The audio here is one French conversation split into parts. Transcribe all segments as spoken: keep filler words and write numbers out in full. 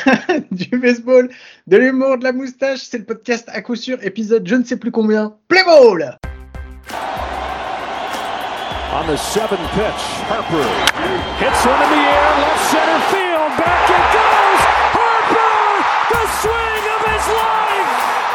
du baseball, de l'humour, de la moustache. C'est le podcast à coup sûr, épisode je ne sais plus combien. Play ball! On the seventh pitch, Harper hits one in the air, left center field, back it goes! Harper, the swing of his life!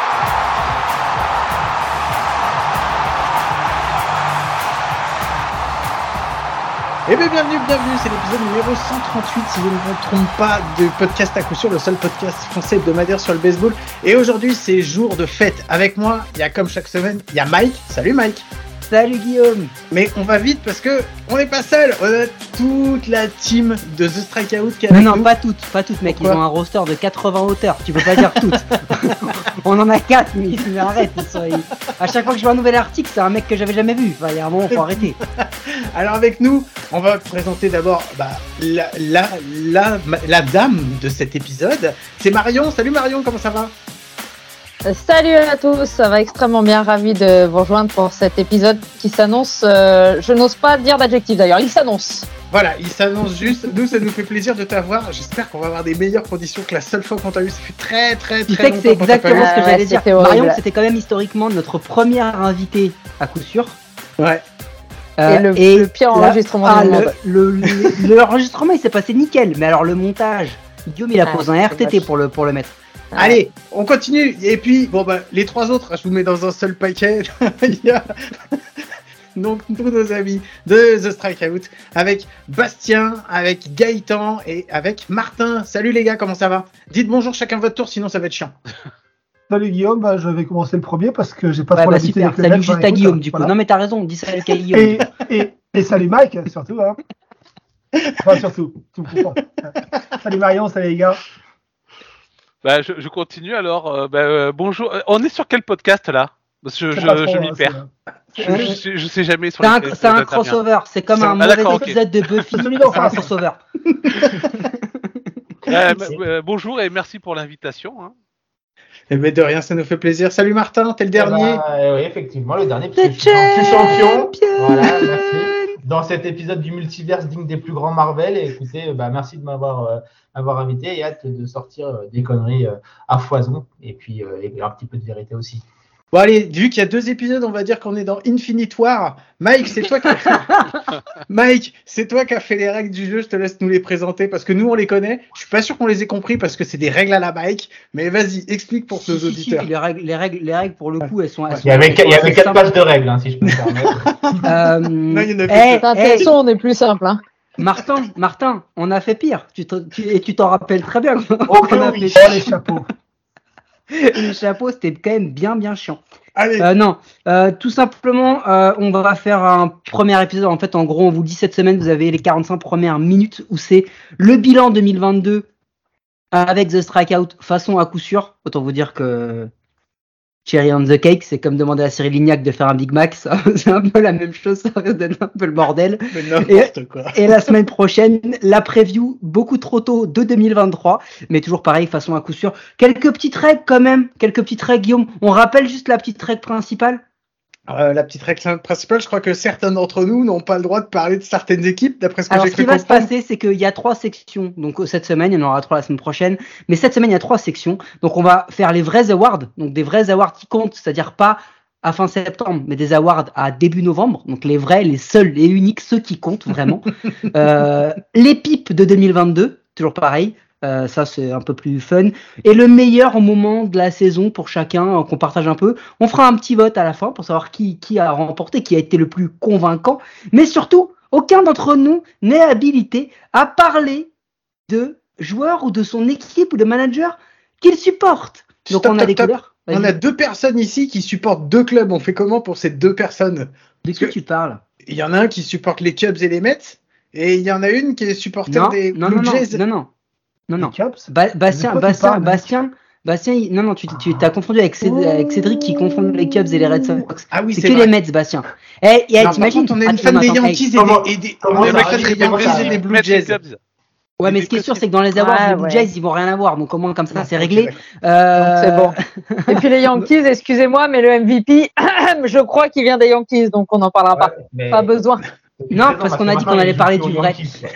Eh bien, bienvenue, bienvenue, c'est l'épisode numéro cent trente-huit, si je ne me trompe pas, de podcast à coup sûr, le seul podcast français hebdomadaire sur le baseball. Et aujourd'hui, c'est jour de fête. Avec moi, il y a comme chaque semaine, il y a Mike. Salut Mike. Salut Guillaume. Mais on va vite parce que on n'est pas seul. On a toute la team de The Strikeout qui est Non, avec non, nous. pas toutes, pas toutes, mec. Pourquoi ? Ils ont un roster de quatre-vingts auteurs. Tu peux pas dire toutes. On en a quatre, mais, mais arrête. Ils sont, ils... À chaque fois que je vois un nouvel article, c'est un mec que j'avais jamais vu. Enfin, il y a un moment, faut arrêter. Alors avec nous, on va présenter d'abord bah, la, la, la, la dame de cet épisode. C'est Marion. Salut Marion, comment ça va ? Salut à tous, ça va extrêmement bien, ravi de vous rejoindre pour cet épisode qui s'annonce, euh, je n'ose pas dire d'adjectif d'ailleurs, il s'annonce. Voilà, il s'annonce juste, nous ça nous fait plaisir de t'avoir, j'espère qu'on va avoir des meilleures conditions que la seule fois qu'on t'a eu, ça fait très très Tu très sais que longtemps c'est qu'on t'a pas exactement eu. ce que Ah, j'allais ouais, dire. c'était horrible. Marion, c'était quand même historiquement notre première invitée à coup sûr. Ouais. Euh, Et le- le pire enregistrement ah, du le, monde. le, le- L'enregistrement il s'est passé nickel, mais alors le montage, Guillaume il a Ah, posé un R T T dommage. pour le, pour le mettre. Allez, on continue, et puis, bon bah, les trois autres, je vous mets dans un seul paquet, il y a donc tous nos amis de The Strikeout, avec Bastien, avec Gaëtan et avec Martin. Salut les gars, comment ça va ? Dites bonjour chacun votre tour, sinon ça va être chiant. Salut Guillaume, bah, je vais commencer le premier parce que j'ai pas Ouais, trop bah l'habitude super, avec le salut mec, juste bah, à écoute, Guillaume du coup. voilà. Non mais t'as raison, dis salut à Guillaume. Et, et, et salut Mike, surtout. Hein. Enfin, surtout, tout comprends. Salut Marion, salut les gars. Bah, je, je continue alors. Euh, bah, euh, bonjour. Euh, On est sur quel podcast là ? Parce que je, C'est je, pas trop, je hein, m'y c'est- perds. Je, je, sais- je sais jamais sur C'est un, lequel c'est un j'interviens. crossover, c'est comme C'est un un- Ah, mauvais d'accord, ok. épisode de Buffy. C'est celui d'en C'est un face. crossover. Ouais, bah, euh, bonjour et merci pour l'invitation. Hein. Eh ben de rien, ça nous fait plaisir. Salut Martin, t'es le dernier. Bah, euh, oui, effectivement, le dernier, parce que The je suis, je suis champion. champion. Voilà, merci. Dans cet épisode du multiverse digne des plus grands Marvel. Et écoutez, euh, bah, merci de m'avoir euh, m'avoir invité et hâte de sortir euh, des conneries euh, à foison. Et puis, euh, et un petit peu de vérité aussi. Bon allez, vu qu'il y a deux épisodes, on va dire qu'on est dans Infinite War. Mike, c'est toi qui Mike, c'est toi qui as fait les règles du jeu, je te laisse nous les présenter parce que nous on les connaît. Je suis pas sûr qu'on les ait compris parce que c'est des règles à la Mike, mais vas-y, explique pour Si, nos si, si, auditeurs. les règles, les règles, les règles pour le coup, elles sont. elles Il y avait, sont- il y avait elles sont quatre simples. pages de règles, hein, si je peux me permettre. Euh, Non, il y en a plus eh, que- Putain, eh, tes sons, on est plus simple, hein. Martin, Martin, on a fait pire. Tu, te- tu- et tu t'en rappelles très bien. Oh, On a oui. fait Oh les chapeaux. les chapeaux, c'était quand même bien, bien chiant. Allez, Euh, non, euh, tout simplement, euh, on va faire un premier épisode. En fait, en gros, on vous dit cette semaine, vous avez les quarante-cinq premières minutes où c'est le bilan deux mille vingt-deux avec The Strikeout façon à coup sûr. Autant vous dire que Cherry on the Cake, c'est comme demander à Cyril Lignac de faire un Big Mac. Ça, c'est un peu la même chose, ça risque d'être un peu le bordel. mais n'importe quoi. Et la semaine prochaine, la preview beaucoup trop tôt de deux mille vingt-trois, mais toujours pareil, façon à coup sûr. Quelques petites règles quand même, quelques petites règles, Guillaume. On rappelle juste la petite règle principale. Euh, la petite règle principale, je crois que certains d'entre nous n'ont pas le droit de parler de certaines équipes, d'après ce que Alors, j'ai ce qui cru va se comprendre. passer, c'est qu'il y a trois sections. Donc, euh, cette semaine, il y en aura trois la semaine prochaine. Mais cette semaine, il y a trois sections. Donc, on va faire les vrais awards. Donc, des vrais awards qui comptent, c'est-à-dire pas à fin septembre, mais des awards à début novembre. Donc, les vrais, les seuls, les uniques, ceux qui comptent vraiment. euh, les pipes de deux mille vingt-deux, toujours pareil. Euh, ça, c'est un peu plus fun. Et le meilleur moment de la saison pour chacun, euh, qu'on partage un peu. On fera un petit vote à la fin pour savoir qui, qui a remporté, qui a été le plus convaincant. Mais surtout, aucun d'entre nous n'est habilité à parler de joueurs ou de son équipe ou de manager qu'il supporte. Donc, Stop, on a stop, des stop. couleurs. On Vas-y. a deux personnes ici qui supportent deux clubs. On fait comment pour ces deux personnes ? De qui tu parles? Il y en a un qui supporte les Cubs et les Mets, et il y en a une qui est supporter Non, des non, Blue non, non, Jays. non, non, non, non. Les Caps. Ba- Bastien, De quoi tu Bastien, parles, mec Bastien, Bastien, il- non, non, tu, tu t'as confondu avec, Céd- avec Cédric qui confond les Cubs et les Red Sox. Ah oui, C'est c'est que vrai. les Mets, Bastien. Eh, eh, Non, par t'imagines contre, on a une Attends, fan des attends, Yankees et comment- des, et des, comment on est ça une fan arrive, des comment Yankees ça et des arrive Blue Mets et Jays. Cubs. Ouais, mais Des ce qui est sûr, petits- c'est que dans les awards, Ouais, les Blue ouais. Jays, ils vont rien avoir. Donc, au moins, comme ça, Non, c'est ok, réglé. d'accord. Euh, C'est bon. Et puis les Yankees, excusez-moi, mais le M V P, je crois qu'il vient des Yankees, donc on n'en parlera pas. Ouais, mais- Pas besoin. Depuis Non, treize ans, parce qu'on a dit maintenant, qu'on allait il joue parler plus du aux vrai. Yankees, quoi.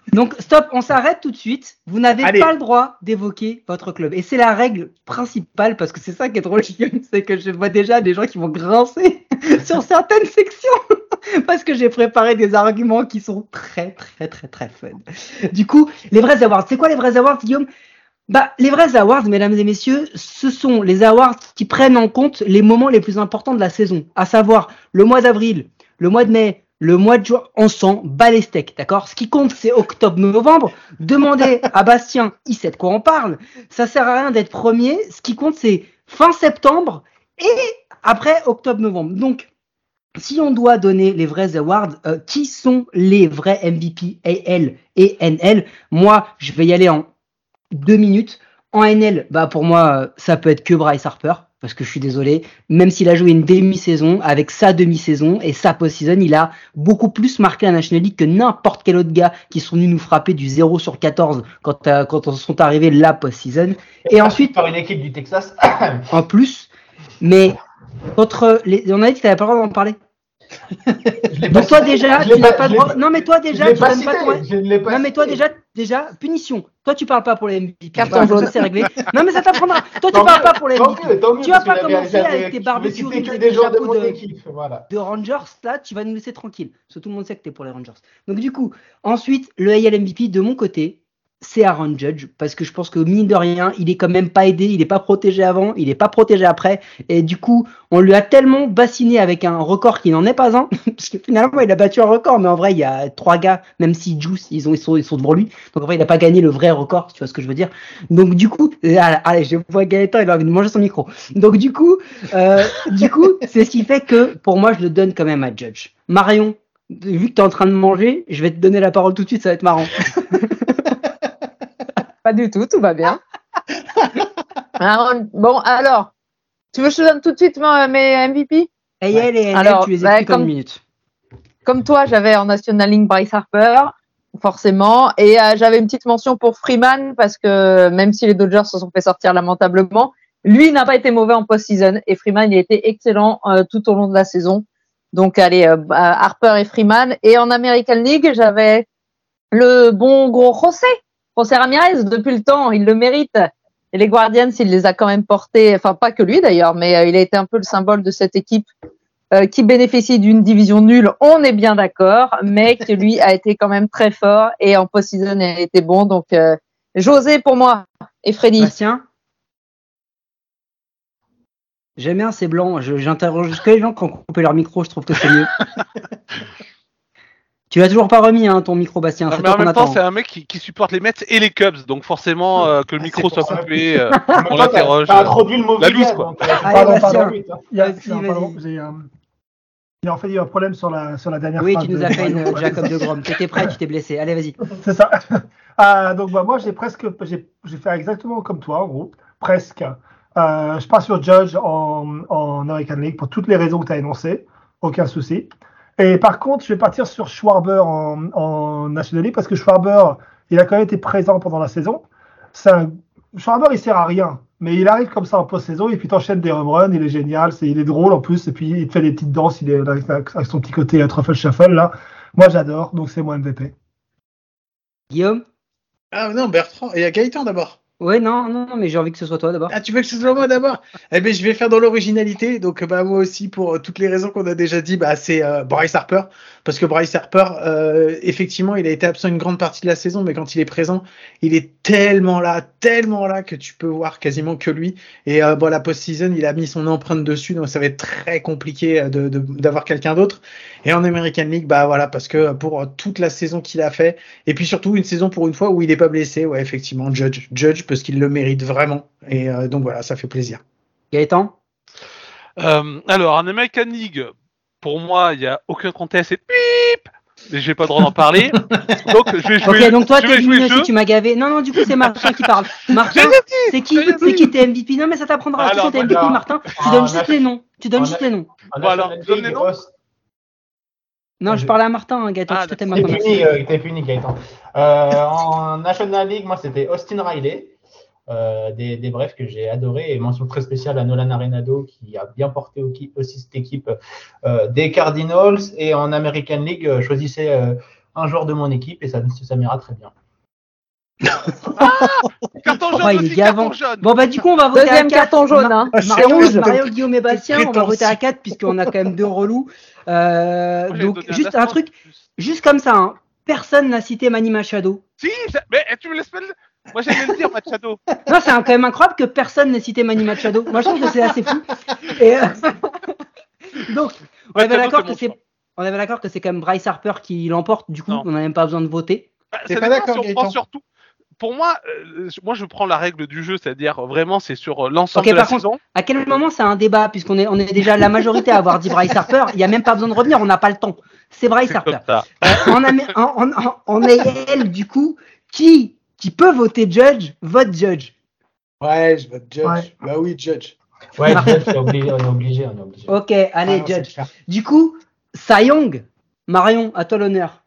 Donc, stop, on s'arrête tout de suite. Vous n'avez Allez. pas le droit d'évoquer votre club. Et c'est la règle principale, parce que c'est ça qui est drôle, Guillaume, c'est que je vois déjà des gens qui vont grincer sur certaines sections, parce que j'ai préparé des arguments qui sont très, très, très, très fun. Du coup, les vrais awards. C'est quoi les vrais awards, Guillaume? Bah, les vrais awards, mesdames et messieurs, ce sont les awards qui prennent en compte les moments les plus importants de la saison, à savoir le mois d'avril, le mois de mai, le mois de juin. On s'en bat les steaks, d'accord? Ce qui compte, c'est octobre-novembre. Demandez à Bastien, il sait de quoi on parle. Ça sert à rien d'être premier. Ce qui compte, c'est fin septembre et après octobre-novembre. Donc, si on doit donner les vrais awards, euh, qui sont les vrais M V P A L et N L? Moi, je vais y aller en deux minutes. En N L, bah pour moi, ça peut être que Bryce Harper, parce que je suis désolé, même s'il a joué une demi-saison, avec sa demi-saison et sa post-season, il a beaucoup plus marqué la National League que n'importe quel autre gars qui sont venus nous frapper du zéro sur quatorze quand, euh, quand on sont arrivés la post-season. Et ensuite, par une équipe du Texas. en plus, mais contre les, on a dit que tu n'avais pas le droit d'en parler. Donc toi déjà, tu n'as pas le droit. Non mais toi déjà, tu donnes pas ton. Non mais toi déjà, déjà punition. Toi tu parles pas pour les M V P. Carton jaune. Ça c'est réglé. Non mais ça t'apprendra. Toi tu parles pas pour les M V P. Tu vas pas commencer avec tes barbecues avec des gens de mon de, équipe, voilà. de Rangers. Là, tu vas nous laisser tranquille. Parce que tout le monde sait que t'es pour les Rangers. Donc du coup, ensuite le A L M V P de mon côté, c'est Aaron Judge, parce que je pense que mine de rien, il est quand même pas aidé, il est pas protégé avant, il est pas protégé après, et du coup, on lui a tellement bassiné avec un record qui n'en est pas un, parce que finalement, il a battu un record, mais en vrai, il y a trois gars, même si Juice, ils ont, ils sont, ils sont devant lui, donc en vrai, il a pas gagné le vrai record, tu vois ce que je veux dire. Donc du coup, allez, je vois Gaëtan, il a envie de manger son micro. Donc du coup, euh, du coup, c'est ce qui fait que, pour moi, je le donne quand même à Judge. Marion, vu que t'es en train de manger, je vais te donner la parole tout de suite, ça va être marrant. Pas du tout, tout va bien. Alors, bon, alors, tu veux que je te donne tout de suite mes M V P? A L et N L, Alors, tu les bah, expliques en comme- une minute. Comme toi, j'avais en National League Bryce Harper, forcément, et euh, j'avais une petite mention pour Freeman parce que même si les Dodgers se sont fait sortir lamentablement, lui n'a pas été mauvais en post-season et Freeman il a été excellent euh, tout au long de la saison. Donc allez, euh, Harper et Freeman. Et en American League, j'avais le bon gros José, José Ramirez. Depuis le temps, il le mérite. Et les Guardians, il les a quand même portés, enfin pas que lui d'ailleurs, mais euh, il a été un peu le symbole de cette équipe euh, qui bénéficie d'une division nulle, on est bien d'accord, mais que lui a été quand même très fort et en post-season il a été bon. Donc euh, José pour moi et Freddy. Bastien, j'aime bien ces blancs. Je, j'interroge que les gens qui ont coupé leur micro, je trouve que c'est mieux. Tu l'as toujours pas remis, hein, ton micro, Bastien. Non, C'est mais toi en qu'on même temps, attend. c'est un mec qui, qui supporte les Mets et les Cubs, donc forcément euh, que le Ah, micro c'est soit pour ça. coupé, euh, En même on temps, l'interroge. T'as t'as introduit le mauvais La loose, gars, quoi. donc, euh, Allez, Pardon, Bastien. pardon. vite, hein. Il y a, Vas-y, non, vas-y. pardon, j'ai, euh, il y a en fait il y a un problème sur la, sur la dernière Oui, phrase. tu nous de- as fait de- une Jacob de Grom. T'étais prêt, tu t'es blessé. Allez, vas-y. C'est ça. Ah, donc bah, moi j'ai presque, j'ai, j'ai fait exactement comme toi en gros, presque. Euh, je pars sur Judge en, en American League pour toutes les raisons que tu as énoncées, aucun souci. Et par contre, je vais partir sur Schwarber en, en National League parce que Schwarber, il a quand même été présent pendant la saison. C'est un, Schwarber, il sert à rien, mais il arrive comme ça en post-saison et puis t'enchaînes des home runs, il est génial, c'est, il est drôle en plus, et puis il te fait des petites danses, il est avec, avec son petit côté euh, truffle shuffle là. Moi j'adore, donc c'est mon M V P. Guillaume? Ah non, Bertrand, il y a Gaëtan d'abord. Ouais, non, non, non, mais j'ai envie que ce soit toi d'abord. Ah, tu veux que ce soit moi d'abord? Eh ben, je vais faire dans l'originalité. Donc, bah, moi aussi, pour euh, toutes les raisons qu'on a déjà dit, bah, c'est euh, Bryce Harper. Parce que Bryce Harper, euh, effectivement, il a été absent une grande partie de la saison, mais quand il est présent, il est tellement là, tellement là que tu peux voir quasiment que lui. Et euh, bon, la post-season, il a mis son empreinte dessus, donc ça va être très compliqué euh, de, de, d'avoir quelqu'un d'autre. Et en American League, bah voilà, parce que pour euh, toute la saison qu'il a fait, et puis surtout une saison pour une fois où il n'est pas blessé, ouais, effectivement, Judge, Judge, parce qu'il le mérite vraiment. Et euh, donc voilà, ça fait plaisir. Gaëtan? Euh, alors, en American League, pour moi, il n'y a aucun contest et pip, mais j'ai pas le droit d'en parler. Donc, je vais jouer. Ok, donc toi, je t'es vais jouer venu le aussi, jeu. tu m'as gavé. Non, non, du coup, c'est Martin qui parle. Martin, c'est qui, j'ai rien c'est dit. qui tes M V P? Non, mais ça t'apprendra. Alors, Attention, tes M V P, alors, Martin. Tu en donnes juste Nat- les noms. Tu donnes en juste Nat- les noms. En Voilà, National je donne League, les noms. Aust- Non, je parlais à Martin, hein, Gaëtan. Ah, Je te t'aime, T'es Martin. puni, euh, t'es puni, Gaëtan. Euh, en National League, moi, c'était Austin Riley, euh, des, des Braves que j'ai adoré, et mention très spéciale à Nolan Arenado qui a bien porté aussi cette équipe euh, des Cardinals. Et en American League, euh, choisissez euh, un joueur de mon équipe et ça, ça m'ira très bien. Carton jaune Oh, il aussi, est carton gavant. jaune. Bon bah du coup on va voter Deuxième à quatre. carton jaune, Ma- hein. Ah, Mario, c'est rouge. Mario, Guillaume et Bastien, on va prétentieux. voter à quatre puisqu'on a quand même deux relous. Euh, Moi, j'avais donc donné juste neuf un points, truc, en plus. juste comme ça, hein. Personne n'a cité Manny Machado. Si, ça- mais eh, tu me laisses pas le... Moi j'allais le dire, Machado. Non, c'est un- quand même incroyable que personne n'ait cité Manny Machado. Moi je trouve que c'est assez fou. Et, euh, donc on avait Machado, d'accord c'est que mon c'est, choix. on avait d'accord que c'est quand même Bryce Harper qui l'emporte. Du coup, Non. on n'a même pas besoin de voter. Bah, T'es ça pas dépend d'accord, si on Gaëtan prend surtout. Pour moi, euh, moi je prends la règle du jeu, c'est-à-dire euh, vraiment c'est sur euh, l'ensemble Ok, de la par contre, saison. à quel moment c'est un débat puisqu'on est, on est déjà la majorité à avoir dit Bryce Harper. Il y a même pas besoin de revenir, on n'a pas le temps. C'est Bryce C'est Harper. comme ça. Euh, en, Amé- en, en, en, en A L, du coup, qui, qui peut voter Judge, vote Judge. Ouais, je vote Judge. Ouais. Bah oui, Judge. Ouais, Judge, c'est obligé, on est obligé, on est obligé. Ok, allez, Ah non, c'est Judge. clair. Du coup, Cy Young, Marion, à toi l'honneur.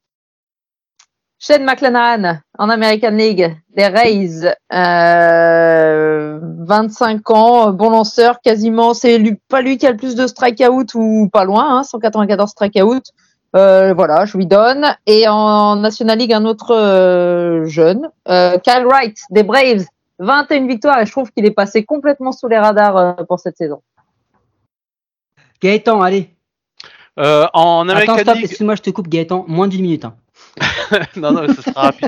Shane McClanahan en American League, des Rays, euh, vingt-cinq ans, bon lanceur, quasiment, c'est lui, pas lui qui a le plus de strikeout ou pas loin, hein, cent quatre-vingt-quatorze strikeout. Euh, voilà, je lui donne. Et en National League, un autre euh, jeune, euh, Kyle Wright des Braves, vingt et une victoires, et je trouve qu'il est passé complètement sous les radars euh, pour cette saison. Gaëtan, allez. Euh, en Attends, American stop, League, excuse-moi, je te coupe, Gaëtan. Moins d'une minute. Hein. non, non, ça sera rapide.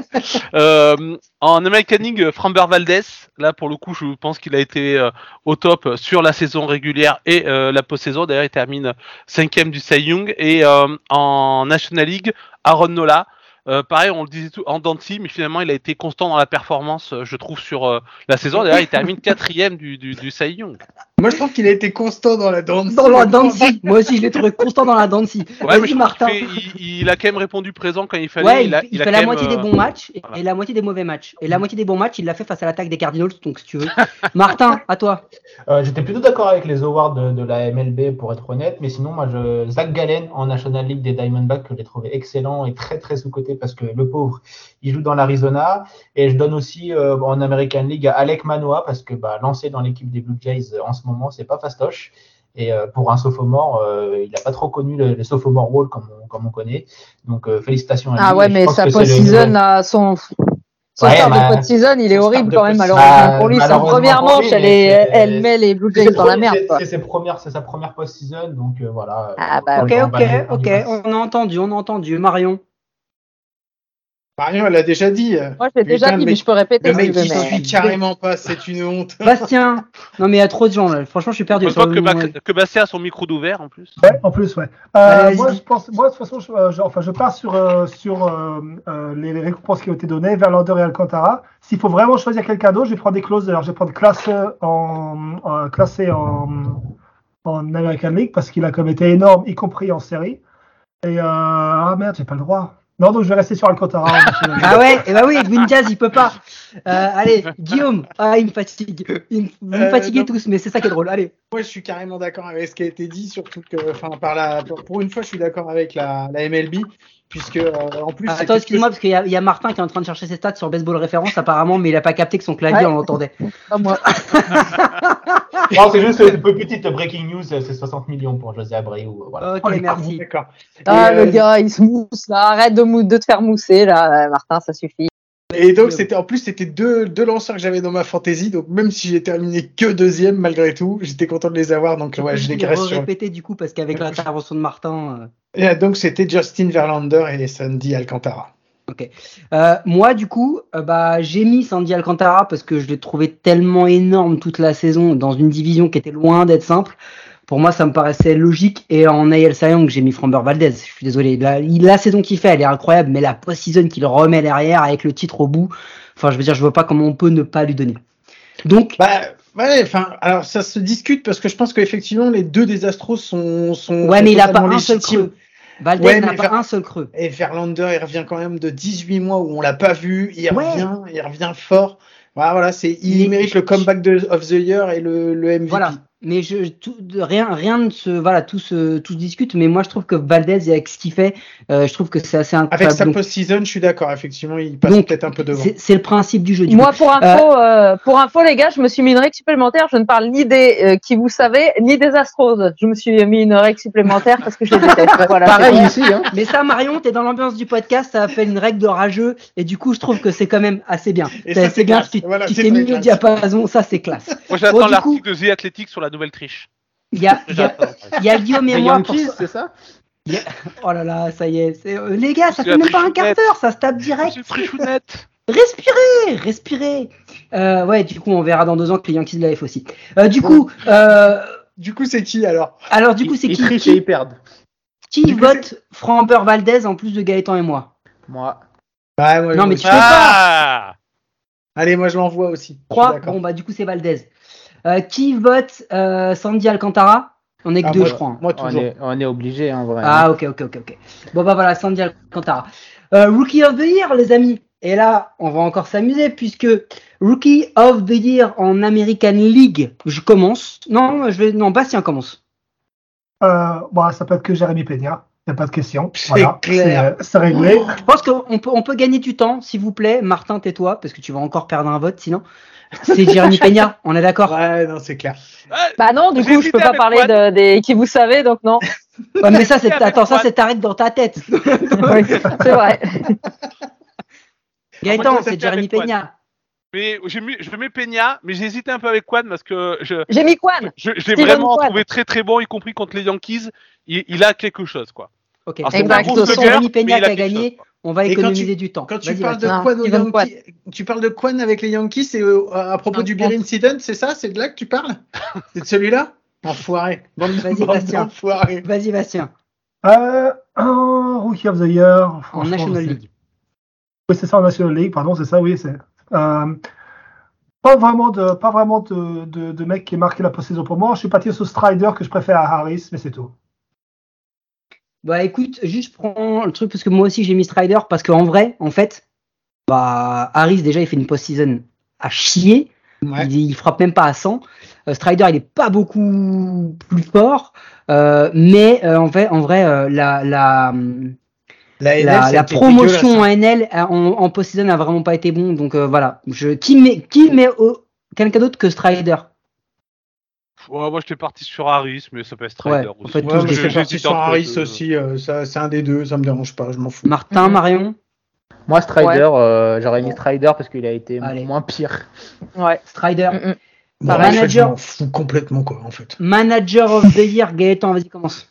Euh, en American League, Framber Valdez, là pour le coup, je pense qu'il a été euh, au top sur la saison régulière et euh, la post-saison. D'ailleurs, il termine cinquième du Cy Young. Et euh, en National League, Aaron Nola. Euh, pareil, on le disait tout en denti, mais finalement, il a été constant dans la performance, je trouve, sur euh, la saison. D'ailleurs, il termine quatrième du, du, du Cy Young. Moi, je trouve qu'il a été constant dans la danse. Dans la Dancy. Moi aussi, je l'ai trouvé constant dans la Dancy. Ouais, mais Vas-y, je trouve Martin. qu'il fait- il, il a quand même répondu présent quand il fallait. Ouais, il, il a, il il a fait quand la même, moitié des euh, bons matchs et, voilà. et la moitié des mauvais matchs. Et la moitié des bons matchs, il l'a fait face à l'attaque des Cardinals, donc si tu veux. Martin, à toi. Euh, J'étais plutôt d'accord avec les awards de, de la M L B pour être honnête, mais sinon, moi, je, Zach Gallen en National League des Diamondbacks, que j'ai trouvé excellent et très très sous-coté parce que le pauvre, il joue dans l'Arizona. Et je donne aussi euh, en American League à Alek Manoah parce que bah, lancé dans l'équipe des Blue Jays euh, en ce moment, c'est pas fastoche. Et euh, pour un sophomore, euh, il n'a pas trop connu le, le sophomore wall comme on, comme on connaît. Donc euh, félicitations à lui. Ah ouais, Et je mais pense sa que c'est le- post-season, là, son, son Ouais, start bah, de post-season, il est son horrible start de quand même, post-season. malheureusement Bah, pour lui. Sa malheureusement première pour lui, manche, elle, mais est, c'est- elle met les Blue C'est Jays ses dans la premières- merde, c'est- quoi. c'est ses premières- c'est sa première post-season, donc euh, voilà. Ah bah, On Ok, va- on ok, va lui- on ok. lui passe. On a entendu, on a entendu. Marion. Marion, elle a déjà dit. euh, Moi, je l'ai déjà putain, dit, le mais mec- je peux répéter Le si mec tu veux. qui mais- suit carrément pas, c'est une honte. Bastien. Non, mais il y a trop de gens là. Franchement, je suis perdu. Heureusement que, Sur- Ba- que Bastien a son micro d'ouvert en plus. Ouais, en plus, ouais. Euh, Allez, moi, vas-y. je pense, moi, de toute façon, je, euh, je- enfin, je pars sur, euh, sur euh, euh, les, les récompenses qui ont été données, Verlander et Alcantara. S'il faut vraiment choisir quelqu'un d'autre, je vais prendre des closers. Je vais prendre classé en, en, classé en, en American League parce qu'il a comme été énorme, y compris en série. Et euh, ah merde, j'ai pas le droit. Non, donc je vais rester sur Alcantara. en National League. Ah ouais, et bah oui, Edwin Jazz, il peut pas. Euh, allez, Guillaume. Ah, il me fatigue. Il me- Vous me Euh, fatiguez non. tous, mais c'est ça qui est drôle. Allez. Moi, je suis carrément d'accord avec ce qui a été dit, surtout que, enfin, par la, pour une fois, je suis d'accord avec la, la M L B, puisque euh, en plus. c'est Attends, quelque excuse-moi, parce qu'il y, a- il y a Martin qui est en train de chercher ses stats sur Baseball Référence, apparemment, mais il a pas capté que son clavier, Ouais. on l'entendait. Pas moi. Non, c'est juste une petite breaking news, c'est soixante millions pour José Abreu. Voilà. Ok, Oh, les merci. cons, D'accord. Ah, Et, le euh, gars, il se mousse, là. Arrête de, mou- de te faire mousser, là, Martin, ça suffit. Et donc, c'était, en plus, c'était deux, deux lanceurs que j'avais dans ma fantasy, donc même si j'ai terminé que deuxième, malgré tout, j'étais content de les avoir, donc ouais, je les vais reste sur. répéter du coup, parce qu'avec l'intervention de Martin. euh, Et, euh, donc, c'était Justin Verlander et Sandy Alcantara. Euh, moi, du coup, euh, bah, j'ai mis Sandy Alcantara parce que je l'ai trouvé tellement énorme toute la saison dans une division qui était loin d'être simple. Pour moi, ça me paraissait logique. Et en A L Cy Young, j'ai mis Framber Valdez. Je suis désolé. La, la saison qu'il fait, elle est incroyable, mais la post-season qu'il remet derrière avec le titre au bout, enfin, je veux dire, je vois pas comment on peut ne pas lui donner. Donc, Bah, ouais, enfin, alors ça se discute parce que je pense qu'effectivement, les deux des Astros sont. sont ouais, mais il a pas totalement un seul légitimes. creux. Valdez Ouais, n'a mais pas Ver- un seul creux. Et Verlander, il revient quand même de dix-huit mois où on l'a pas vu. Il Ouais. revient, il revient fort. Voilà, voilà, c'est, il Il est- mérite le comeback de, of the year et le, le M V P. Voilà. mais je, tout, de, rien, rien ne se, voilà, tout se, tout se discute. Mais moi, je trouve que Valdez, avec ce qu'il fait, euh, je trouve que c'est assez incroyable. Avec sa Donc, post-season, je suis d'accord. Effectivement, il passe donc, peut-être un peu devant. c'est, c'est le principe du jeu. Du Moi, coup. pour info, euh, pour info, les gars, je me suis mis une règle supplémentaire. Je ne parle ni des euh, qui vous savez, ni des Astros. Je me suis mis une règle supplémentaire parce que je les déteste. Voilà, Pareil c'est ici, hein. Mais ça, Marion, t'es dans l'ambiance du podcast, ça a fait une règle de rageux, et du coup, je trouve que c'est quand même assez bien. Et c'est ça, c'est c'est bien, classe. tu, Voilà, tu c'est t'es très mis au classe. diapason, ça c'est classe. Moi, j'attends Bon, du l'article coup- de The Athletic sur la nouvelle triche. Il y a, il y a, il y a Guillaume et Les moi pour Yankees, ça. c'est ça? Il y a- Oh là là, ça y est. c'est- euh, Les gars, ça C'est fait la même pas un quart trichounette. d'heure, ça se tape direct. C'est trichounette. Respirez, respirez. Euh, ouais, du coup, on verra dans deux ans que les Yankees l'A F aussi. Euh, du coup, euh, Du coup, c'est qui alors? alors du coup, Ils- c'est ils qui, trichent et qui, ils perdent. qui Du coup, vote Framber Valdez en plus de Gaëtan et moi? Moi. Ouais, ouais, Non, moi mais aussi. tu fais pas. Ah Allez, moi je l'envoie aussi. Je suis Trois. d'accord. Bon bah du coup, c'est Valdez. Euh, qui vote euh, Sandy Alcantara? On est que Ah, deux, moi, je crois. hein. Moi On toujours. est, on est obligé en vrai. Ah ok ok ok ok. Bon bah voilà, Sandy Alcantara. Euh, Rookie of the Year les amis. Et là, on va encore s'amuser puisque Rookie of the Year en American League, je commence. Non, je vais non, Bastien commence. Euh, bon, ça peut être que Jérémy Peña. Il n'y a pas de question. C'est Voilà, clair. c'est, c'est réglé. Je pense qu'on peut on peut gagner du temps, s'il vous plaît. Martin, tais-toi parce que tu vas encore perdre un vote sinon. C'est Jérémy Peña, on est d'accord. Ouais, non, c'est clair. Bah non, du J'ai coup, je hésité peux pas avec parler Juan. de, des qui vous savez, donc non. Ouais, mais ça c'est Avec attends, ça Juan. c'est t'arrêtes dans ta tête. Oui, c'est vrai. Gaëtan, moi, je c'est sais Jérémy avec Juan. Peña. Mais j'ai mis, je mets Peña, mais j'ai hésité un peu avec Quan parce que je, J'ai mis Quan. je, je l'ai Steven vraiment Kwan. trouvé très très bon, y compris contre les Yankees. Il, il a quelque chose, quoi. Ok. Alors, c'est Donc, pas un du coup, gros c'est slugger, Jérémy Peña mais il qui a a quelque gagné. chose, quoi. On va Et quand économiser tu- du temps. Quand tu Vas-y, parles de Bastien. Non, Quan aux Steven Yankees, tu parles de Quan avec les Yankees, c'est euh, à propos Non, du Quan. Beer Incident, c'est ça? C'est de là que tu parles? C'est de celui-là? Enfoiré. Bande Vas-y, bande Bastien. d'enfoirés. Vas-y, Bastien. Euh, un Rookie of the Year. En franchement, National je sais- League. Oui, c'est ça en National League, pardon, c'est ça, oui. C'est, euh, pas vraiment de, pas vraiment de, de, de mec qui ait marqué la post-saison pour moi. Je suis parti sur Strider que je préfère à Harris, mais c'est tout. Bah écoute, juste prends le truc parce que moi aussi j'ai mis Strider parce qu'en vrai, en fait, bah Harris déjà il fait une post-season à chier. Ouais. Il, il frappe même pas à cent. Euh, Strider il est pas beaucoup plus fort, euh, mais euh, en fait, en vrai, euh, la la La, N L, la, ça a la été promotion dégueulasse, en hein. N L a- en, en post-season a vraiment pas été bon. Donc euh, voilà, je qui met qui met au- quelqu'un d'autre que Strider. Ouais, moi, j'étais parti sur Harris, mais ça peut être Ouais, Strider en aussi. fait, Ouais, tous moi, des je J'ai- suis parti j'hésitais sur entre les Harris deux. aussi. euh, ça, c'est un des deux, ça me dérange pas, je m'en fous. Martin, Marion, Moi, Strider, euh, j'aurais mis Strider parce qu'il a été Allez. moins pire. Ouais. Strider. Mm, mm. Bon, Pareil. en fait, je Manager. m'en fous complètement, quoi, en fait. Manager of the Year, Gaëtan, vas-y commence.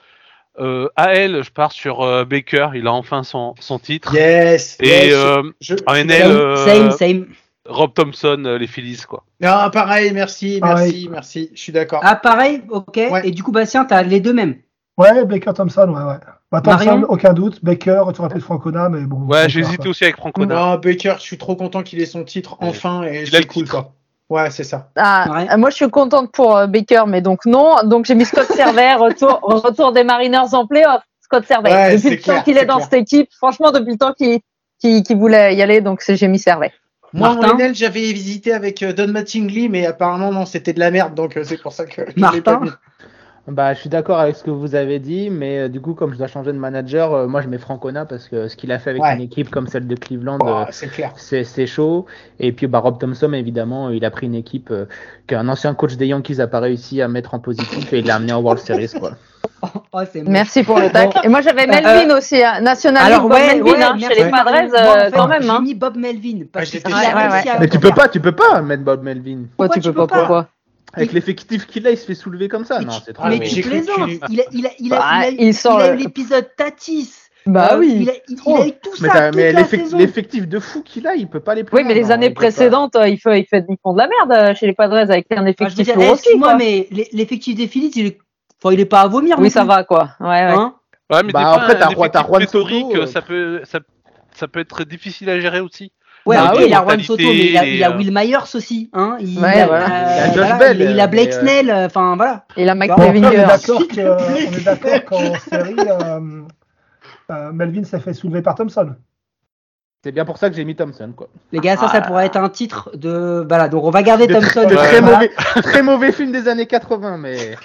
Euh, A L, je pars sur euh, Baker. Il a enfin son, son titre. Yes. Et yes, euh, je- en je- N L, Same, euh, same, same. Rob Thompson, euh, les Phillies, quoi. Ah, pareil, merci, Pareil. merci, merci. Je suis d'accord. Ah, pareil, ok. Ouais. Et du coup, Bastien, t'as les deux mêmes. Ouais, Baker Thompson, ouais, ouais. Bah, Thompson, Marion aucun doute. Baker, tu aurais pu Francona, mais bon. Ouais, Baker, j'ai hésité quoi. aussi avec Francona. Non, Baker, je suis trop content qu'il ait son titre enfin et Il a c'est le cool, titre. quoi. Ouais, c'est ça. Ah, Ouais. euh, moi, je suis contente pour euh, Baker, mais donc non. Donc j'ai mis Scott Server, retour, retour des Mariners en playoff. Scott Server. Ouais, depuis c'est le clair, temps qu'il c'est est dans clair. cette équipe, franchement, depuis le temps qu'il qu'il qu'il voulait y aller, donc c'est- j'ai mis Server. Moi, Martin en N L, j'avais visité avec euh, Don Mattingly, mais apparemment, non, c'était de la merde, donc euh, c'est pour ça que je l'ai Martin pas mis. Bah, je suis d'accord avec ce que vous avez dit, mais euh, du coup, comme je dois changer de manager, euh, moi je mets Francona parce que ce qu'il a fait avec Ouais. une équipe comme celle de Cleveland, Oh, euh, c'est clair. c'est c'est chaud. Et puis bah, Rob Thompson, évidemment, il a pris une équipe euh, qu'un ancien coach des Yankees a pas réussi à mettre en positif et il l'a amené en World Series, quoi. Oh, c'est moche. Merci pour le tac. Bon. Et moi, j'avais Euh, Melvin aussi, hein, National Alors, League, Bob ouais, Melvin, ouais, hein, merci. chez les Padres, Moi, euh, en fait, quand même. J'ai Hein. mis Bob Melvin. Parce Ah, que j'étais il a sûr. réussi Ouais, ouais, à- Mais tu peux pas, tu peux pas mettre Bob Melvin. Ouais, Pourquoi tu tu peux peux pas, pas pourquoi Avec l'effectif qu'il a, il se fait soulever comme ça. Mais Non, tu- c'est trop. mais mais tu j'ai cru que plaisantes. tu- Il a, il a, il a, Bah, il a, eu- il sort il a le- eu l'épisode Tatis. Bah Euh, oui. Il a, il, Trop. il a eu tout Mais, ça t'as- toute mais la l'effect- saison. l'effectif de fou qu'il a, il peut pas les Oui, plaindre. mais les non, années il peut pas. précédentes, euh, il, fait, il, fait, ils font de la merde euh, chez les Padres avec un Enfin, je veux effectif dire, lourd eh, aussi. excuse-moi, Quoi. mais l'e- l'effectif des Phillies, il est, enfin, il est pas à vomir. Oui, non ça plus. va, quoi. Ouais, ouais. Hein Ouais, mais Bah, des fois, après, un t'as- effectif t'as Juan pléthorique, Soto, euh. ça peut, ça, ça peut être difficile à gérer aussi. Ouais, Bah après, oui, il a Juan mentalité, Soto, mais il a, il a les, Will Myers aussi. Hein. Il, Ouais, a, voilà. euh, Il a Josh voilà, Bell, il, il a Blake mais, euh, Snell. Enfin, voilà. Et la Mike Bon, Bon, après, on est Clevinger. d'accord que- on est d'accord qu'en série, euh, euh, Melvin s'est fait soulever par Thompson. C'est bien pour ça que j'ai mis Thompson, quoi. Les gars, ça, ça pourrait être un titre de. Voilà, donc on va garder De, Thompson. de Ouais. très, mauvais, très mauvais film des années quatre-vingts, mais.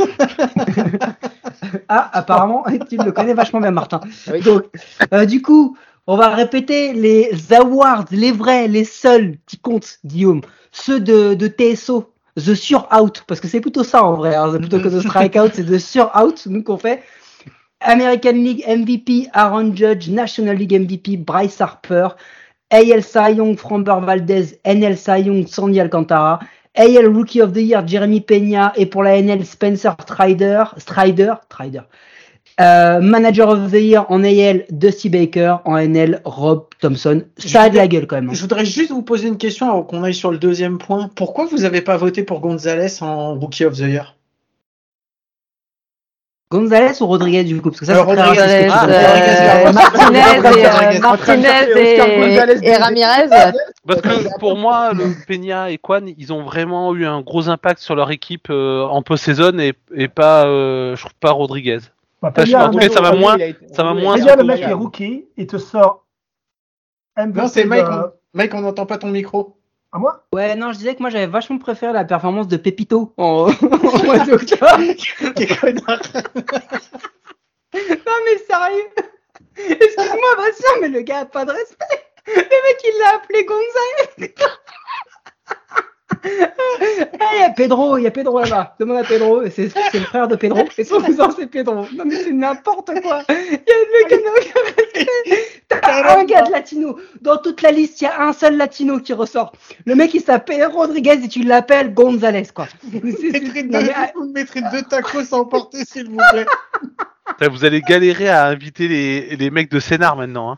Ah, apparemment, tu le connais vachement bien, Martin. Oui. Donc, euh, du coup, on va répéter les awards, les vrais, les seuls qui comptent, Guillaume. Ceux de, de T S O, The Sur-Out, parce que c'est plutôt ça en vrai, hein, plutôt que The Strikeout, c'est The Sur-Out, nous qu'on fait. American League M V P, Aaron Judge, National League M V P, Bryce Harper, A L Cy Young, Framber Valdez, N L Cy Young, Sandy Alcantara, A L Rookie of the Year, Jeremy Peña, et pour la N L, Spencer Strider, Strider, Strider. Euh, Manager of the Year en A L, Dusty Baker, en N L, Rob Thompson. Ça a de la gueule quand même. Hein. Je voudrais juste vous poser une question avant qu'on aille sur le deuxième point. Pourquoi vous n'avez pas voté pour Gonzalez en Rookie of the Year? Gonzalez ou Rodriguez du coup, parce que ça Euh, c'est très Rodriguez, raciste. Euh, Ah, Martinez et, Rodriguez. euh, Martinez Oscar Gonzalez et, et Ramirez. Parce que pour moi, le Peña et Kwan, ils ont vraiment eu un gros impact sur leur équipe euh, en post-saison et, et pas, euh, je trouve pas Rodriguez. Bah, Ça, je Peña, en tout cas, le mec- ça va moins- Il a été- ça va moins Peña, sur le mec Peña. est rookie, il te sort M V P Non, c'est Mike, de- on... Mike, on n'entend pas ton micro. À moi? Ouais, non, je disais que moi j'avais vachement préféré la performance de Pepito en, en mois d'octobre. Quel connard. Non mais sérieux. Excuse-moi Bastien, mais le gars a pas de respect. Le mec il l'a appelé Gonzalez. Ah, il y a Pedro, il y a Pedro là-bas. Demande à Pedro, c'est, c'est le frère de Pedro. Et son cousin c'est Pedro. Non mais c'est n'importe quoi. Il y a le gars n'a aucun respect. T'as un gars de latino. Dans toute la liste, il y a un seul latino qui ressort. Le mec il s'appelle Rodriguez et tu l'appelles Gonzalez quoi. C'est- Vous c'est- mettrez non, deux- mais, ah, vous me mettrez deux tacos emportés, s'il vous plaît. Putain, vous allez galérer à inviter les, les mecs de Sénart maintenant. Hein.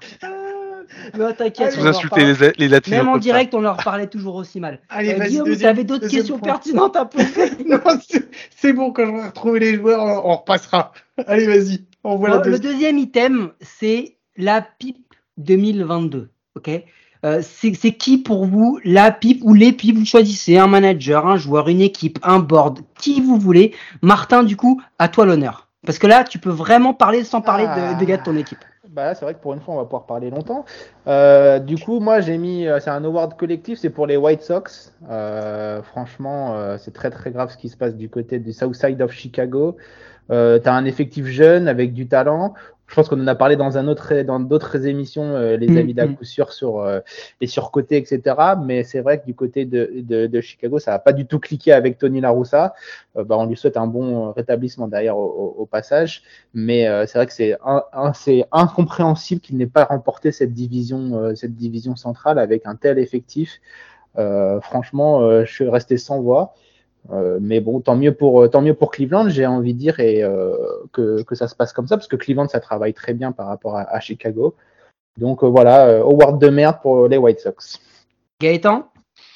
non, t'inquiète. on Vous en insultez reparlera. les, les latinos. Même en comme ça. direct, on leur parlait toujours aussi mal. Allez, Euh, vas-y, Guillaume, deuxième- tu avais d'autres deuxième questions point. pertinentes à poser. Non, c'est, c'est bon, quand je vais retrouver les joueurs, on, on repassera. Allez, vas-y, on voit la Bon, le deuxième. deuxième item, c'est la pipe deux mille vingt-deux. Ok. Euh, c'est, c'est qui pour vous la pipe ou les pipes? Vous choisissez un manager, un joueur, une équipe, un board, qui vous voulez. Martin, du coup, à toi l'honneur. Parce que là, tu peux vraiment parler sans parler Ah. de- des gars de ton équipe. Bah là, c'est vrai que pour une fois, on va pouvoir parler longtemps. Euh, du coup, moi, j'ai mis, euh, c'est un award collectif, c'est pour les White Sox. Euh, franchement, euh, c'est très très grave ce qui se passe du côté du South Side of Chicago. Euh, t'as un effectif jeune avec du talent. Je pense qu'on en a parlé dans un autre, dans d'autres émissions, euh, les Mm, amis d'à mm. coup sûr sur euh, les surcotés, et cetera. Mais c'est vrai que du côté de, de, de Chicago, ça n'a pas du tout cliqué avec Tony La Russa. Euh, bah, on lui souhaite un bon rétablissement d'ailleurs au, au, au passage. Mais euh, c'est vrai que c'est, un, un, c'est incompréhensible qu'il n'ait pas remporté cette division, euh, cette division centrale avec un tel effectif. Euh, franchement, euh, je suis resté sans voix. Euh, mais bon, tant mieux pour tant mieux pour Cleveland, j'ai envie de dire, et euh, que que ça se passe comme ça, parce que Cleveland ça travaille très bien par rapport à, à Chicago. Donc euh, voilà, euh, award de merde pour les White Sox. Gaëtan?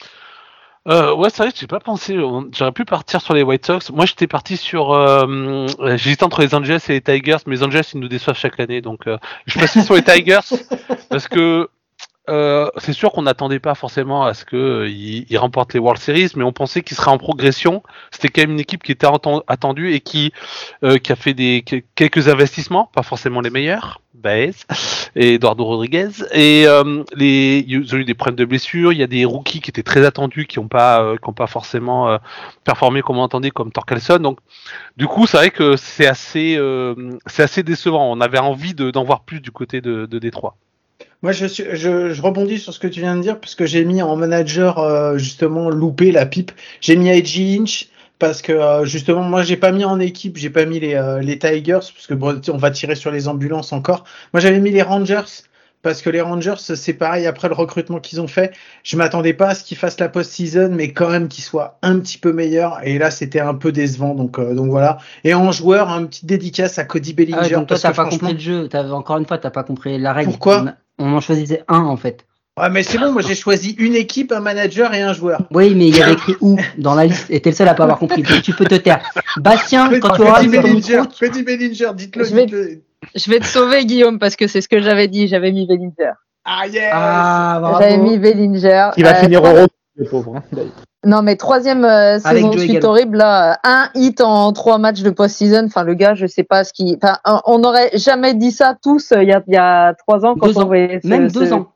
Euh, ouais, c'est vrai que j'ai pas pensé. on- J'aurais pu partir sur les White Sox. Moi, j'étais parti sur. Euh, j'hésitais entre les Angels et les Tigers, mais les Angels ils nous déçoivent chaque année, donc euh, je suis passé sur les Tigers parce que euh, c'est sûr qu'on n'attendait pas forcément à ce que euh, ils, ils remportent les World Series, mais on pensait qu'ils seraient en progression. C'était quand même une équipe qui était enten- attendue et qui euh, qui a fait des que- quelques investissements, pas forcément les meilleurs, Baez et Eduardo Rodriguez. Et euh, les ils ont eu des problèmes de blessures. Il y a des rookies qui étaient très attendus, qui n'ont pas euh, qui ont pas forcément euh, performé comme on entendait, comme Torkelson. Donc du coup, c'est vrai que c'est assez euh, c'est assez décevant. On avait envie de, d'en voir plus du côté de, de Détroit. Moi, je, suis, je, je rebondis sur ce que tu viens de dire, parce que j'ai mis en manager, euh, justement, loupé la pipe. J'ai mis A J Hinch, parce que, euh, justement, moi, j'ai pas mis en équipe, j'ai pas mis les, euh, les Tigers, parce que, bon, on va tirer sur les ambulances encore. Moi, j'avais mis les Rangers, parce que les Rangers, c'est pareil, après le recrutement qu'ils ont fait, je m'attendais pas à ce qu'ils fassent la post-season, mais quand même qu'ils soient un petit peu meilleurs. Et là, c'était un peu décevant, donc, euh, donc voilà. Et en joueur, un petit dédicace à Cody Bellinger. Ah ouais, donc toi, parce t'as que pas franchement- compris le jeu. T'as, encore une fois, t'as pas compris la règle. Pourquoi on, a- on en choisissait un, en fait. Ouais, mais c'est bon, moi j'ai choisi une équipe, un manager et un joueur. Oui, mais il y avait écrit où dans la liste et t'es le seul à pas avoir compris. Donc tu peux te taire. Bastien, quand tu auras Cody levé ton Bellinger, micro, tu- Cody Bellinger, dites-le. Je vais- dites-le. Je vais te sauver, Guillaume, parce que c'est ce que j'avais dit. J'avais mis Bellinger. Ah yes. Ah, bravo. J'avais mis Bellinger. Qui va Euh, finir au trois- rond, le pauvre. Hein, d'ailleurs. Non, mais troisième euh, Avec saison Joe suite également. horrible, là. euh, Un hit en trois matchs de post-season. Enfin, le gars, je sais pas ce qui. Enfin, on- on n'aurait jamais dit ça tous euh, il y a, il y a trois ans quand Deux on ans. voyait ce- Même ce- deux ans.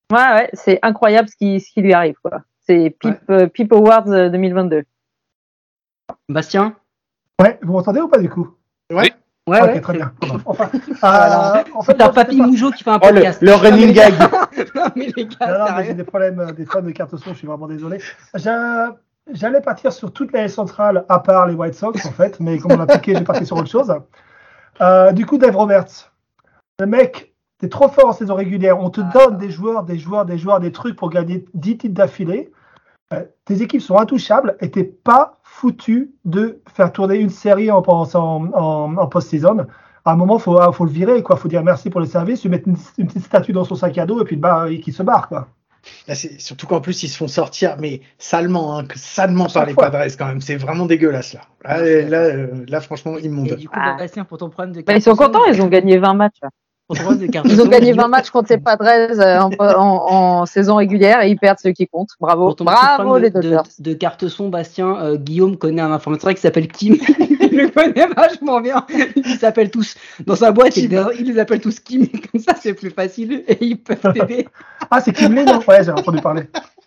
Ouais, ouais, c'est incroyable ce qui, ce qui lui arrive, quoi. C'est Pip, ouais. euh, Pip Awards euh, deux mille vingt-deux. Bastien? Ouais, vous m'entendez ou pas du coup? Ouais. Ouais, ok, ouais. très bien. Enfin, euh, en fait, c'est un papy Mougeot qui fait un oh, podcast. Le, le running gag. Non, mais les gars, non, non, mais j'ai des problèmes, euh, des problèmes de carte son, je suis vraiment désolé. J'ai, j'allais partir sur toute la centrale, à part les White Sox, en fait, mais comme on a piqué, j'ai parti sur autre chose. Euh, du coup, Dave Roberts, le mec, t'es trop fort en saison régulière. On te ah. donne des joueurs, des joueurs, des joueurs, des trucs pour gagner dix titres d'affilée. Euh, tes équipes sont intouchables et t'es pas foutu de faire tourner une série en, en, en, en post-season. À un moment, il faut, faut le virer, quoi. Faut dire merci pour le service, lui mettre une, une petite statue dans son sac à dos et puis bah, qu'il se barre, quoi. Là, c'est, surtout qu'en plus, ils se font sortir, mais salement, hein, salement par les Padres, quand même. C'est vraiment dégueulasse, là. Là, là, là, euh, là franchement, immonde. Et du coup, ah. Bastien, pour ton problème de bah, ils sont contents, ils ont gagné vingt matchs. Là. Ils ont gagné vingt matchs contre les Padres en, en, en saison régulière et ils perdent ceux qui comptent. Bravo, bravo les Dodgers. De, de, de carte son, Bastien, euh, Guillaume connaît un informateur qui s'appelle Kim. Il le connaît vachement bien. Ils s'appellent tous dans sa boîte. Il, il les appelle tous Kim. Comme ça, c'est plus facile et ils peuvent t'aider. Ah, c'est Kim Lee, non? Ouais, j'ai entendu parler.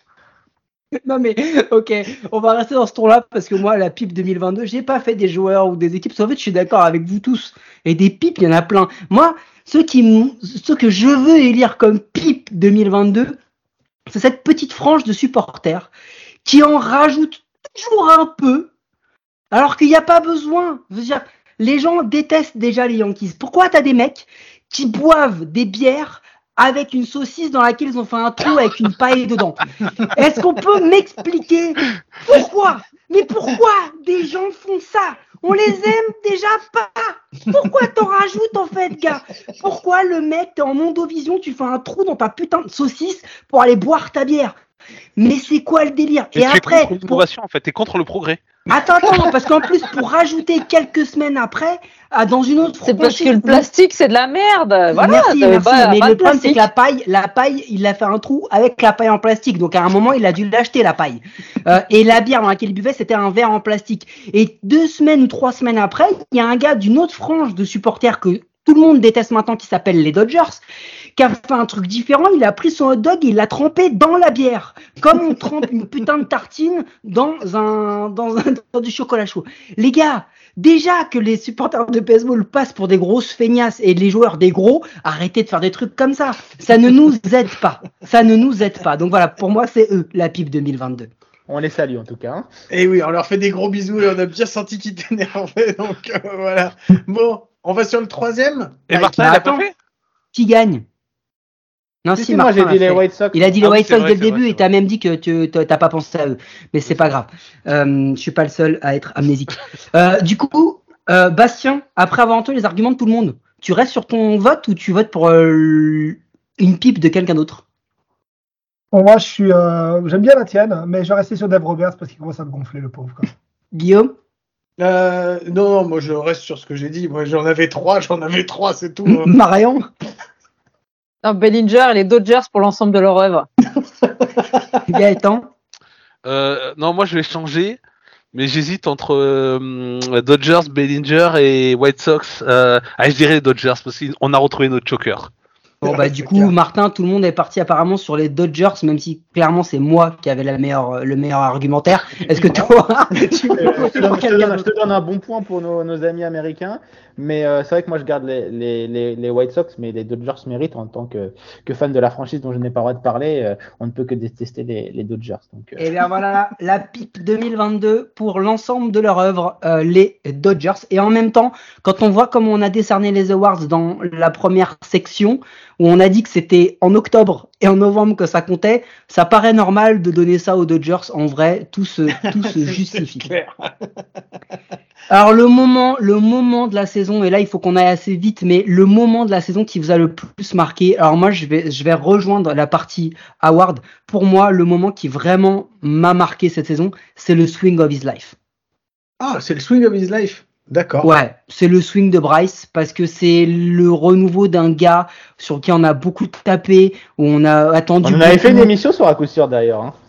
Non mais ok, on va rester dans ce tour-là parce que moi la pipe deux mille vingt-deux, j'ai pas fait des joueurs ou des équipes. En fait, je suis d'accord avec vous tous. Et des pipes, il y en a plein. Moi, ceux qui, ceux que je veux élire comme pipe deux mille vingt-deux, c'est cette petite frange de supporters qui en rajoutent toujours un peu, alors qu'il n'y a pas besoin. Je veux dire, les gens détestent déjà les Yankees. Pourquoi t'as des mecs qui boivent des bières avec une saucisse dans laquelle ils ont fait un trou avec une paille dedans? Est-ce qu'on peut m'expliquer pourquoi? Mais pourquoi des gens font ça? On les aime déjà pas. Pourquoi t'en rajoutes en fait, gars? Pourquoi le mec, t'es en mondovision, tu fais un trou dans ta putain de saucisse pour aller boire ta bière? Mais c'est quoi le délire? Mais Et après, contre l'innovation, pour... en fait, t'es contre le progrès. Attends, attends, parce qu'en plus, pour rajouter quelques semaines après, à, dans une autre c'est parce que le plastique, c'est de la merde. Voilà, merci, merci. Pas, mais pas le problème, plastique. c'est que la paille, la paille, il a fait un trou avec la paille en plastique. Donc, à un moment, il a dû l'acheter, la paille. Euh, et la bière dans laquelle il buvait, c'était un verre en plastique. Et deux semaines ou trois semaines après, il y a un gars d'une autre frange de supporters que tout le monde déteste maintenant, qui s'appelle les Dodgers, qui a fait un truc différent. Il a pris son hot dog et il l'a trempé dans la bière, comme on trempe une putain de tartine dans un dans un dans du chocolat chaud. Les gars, déjà que les supporters de baseball passent pour des grosses feignasses et les joueurs des gros, arrêtez de faire des trucs comme ça. Ça ne nous aide pas. Ça ne nous aide pas. Donc voilà, pour moi, c'est eux la pipe deux mille vingt-deux. On les salue en tout cas. Hein. Et oui, on leur fait des gros bisous et on a bien senti qu'ils t'énervaient. Donc euh, voilà. Bon. On va sur le troisième. Et bah, Martin, il a pas fait? Qui gagne? Non, si, si moi Martin j'ai dit les White Sox. Il a dit les ah, White Sox vrai, dès le vrai, début et t'as même dit que tu t'as pas pensé à eux. Mais c'est pas grave. Euh, je suis pas le seul à être amnésique. euh, du coup, euh, Bastien, après avoir entendu les arguments de tout le monde, tu restes sur ton vote ou tu votes pour euh, une pipe de quelqu'un d'autre? Bon, moi, je suis, euh, j'aime bien la tienne, mais je vais rester sur Dave Roberts parce qu'il commence à me gonfler, le pauvre. Quoi. Guillaume? Euh, non, non, moi je reste sur ce que j'ai dit. Moi j'en avais trois, j'en avais trois, c'est tout. Hein. Marion? Non, Bellinger et les Dodgers pour l'ensemble de leur œuvre. Gaëtan? euh, Non, moi je vais changer, mais j'hésite entre euh, Dodgers, Bellinger et White Sox. Euh, ah, je dirais les Dodgers parce qu'on a retrouvé notre choker. Bon bah du coup clair. Martin, tout le monde est parti apparemment sur les Dodgers, même si clairement c'est moi qui avais la meilleure, le meilleur argumentaire. Est-ce que toi, tu peux euh, je, te donne, je, te donne, je te donne un bon point pour nos, nos amis américains, mais euh, c'est vrai que moi je garde les, les, les, les White Sox, mais les Dodgers méritent en tant que, que fan de la franchise dont je n'ai pas le droit de parler, euh, on ne peut que détester les, les Dodgers. Donc, euh... Et bien voilà, la pipe deux mille vingt-deux pour l'ensemble de leur œuvre, euh, les Dodgers. Et en même temps, quand on voit comment on a décerné les awards dans la première section, où on a dit que c'était en octobre et en novembre que ça comptait, ça paraît normal de donner ça aux Dodgers. En vrai, tout se, tout se justifie. Alors le moment, le moment de la saison, et là il faut qu'on aille assez vite, mais le moment de la saison qui vous a le plus marqué, alors moi je vais, je vais rejoindre la partie award. Pour moi, le moment qui vraiment m'a marqué cette saison, c'est le swing of his life. Ah, c'est le swing of his life. D'accord. Ouais, c'est le swing de Bryce parce que c'est le renouveau d'un gars sur qui on a beaucoup tapé, où on a attendu. On avait fait une émission sur à coup sûr d'ailleurs. Hein.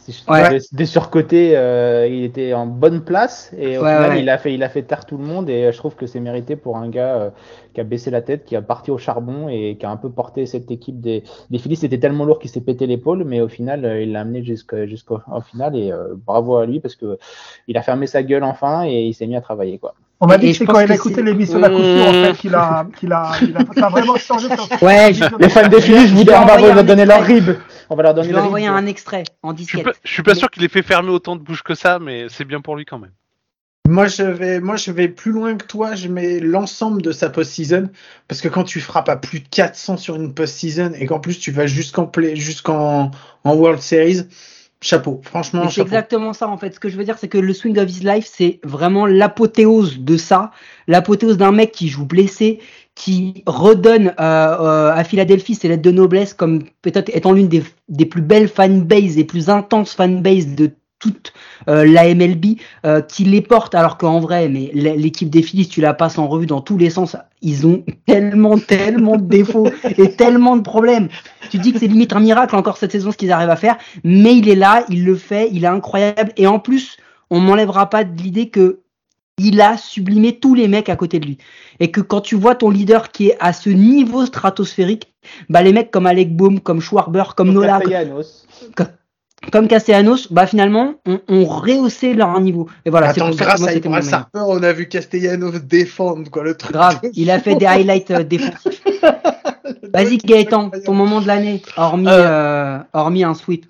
Si je Ouais. des, des surcotés, euh, il était en bonne place et au Ouais, final, ouais. il a fait, il a fait taire tout le monde et je trouve que c'est mérité pour un gars euh, qui a baissé la tête, qui a parti au charbon et qui a un peu porté cette équipe des, des Phillies. C'était tellement lourd qu'il s'est pété l'épaule, mais au final, euh, il l'a amené jusqu'au, jusqu'au en finale et euh, bravo à lui parce que il a fermé sa gueule enfin et il s'est mis à travailler, quoi. On m'a Et- dit et que je c'est pense quand il que a écouté c'est- l'émission d'à coup sûr, en Mmh. fait, qu'il a, qu'il a, il a, ça a vraiment changé. Son... Ouais, je- Les fans des Phillies, je vous Je vais on va envoyer leur un donner leur extrait. rib. On va leur Je donner lui ai le rib. envoyé un extrait en Je suis disquette. pas, je suis pas Mais- sûr qu'il ait fait fermer autant de bouches que ça, mais c'est bien pour lui quand même. Moi je vais, moi je vais plus loin que toi. Je mets l'ensemble de sa post-season parce que quand tu frappes à plus de quatre cents sur une post-season et qu'en plus tu vas jusqu'en play, jusqu'en en World Series, chapeau. Franchement, Mais c'est chapeau. exactement ça en fait. Ce que je veux dire, c'est que le swing of his life, c'est vraiment l'apothéose de ça, l'apothéose d'un mec qui joue blessé, qui redonne euh, euh, à Philadelphie ses lettres de noblesse comme peut-être étant l'une des, des plus belles fanbases, des plus intenses fanbases de toute euh, la M L B, euh, qui les porte alors qu'en vrai, mais l'équipe des Phillies, tu la passes en revue dans tous les sens, ils ont tellement, tellement de défauts et tellement de problèmes. Tu dis que c'est limite un miracle encore cette saison ce qu'ils arrivent à faire, mais il est là, il le fait, il est incroyable et en plus, on m'enlèvera pas de l'idée que il a sublimé tous les mecs à côté de lui. Et que quand tu vois ton leader qui est à ce niveau stratosphérique, bah les mecs comme Alec Bohm, comme Schwarber, comme Nola, Castellanos. comme Castellanos, bah finalement, on, on rehaussait leur niveau. Et voilà, c'est Attends, pour ça que grâce moi à c'était mon Bryce meilleur. Harper, on a vu Castellanos défendre quoi le truc. Grave, de il a fou. fait des highlights euh, défensifs. Vas-y Gaëtan, ton moment de l'année, hormis, Euh. euh, hormis un sweep.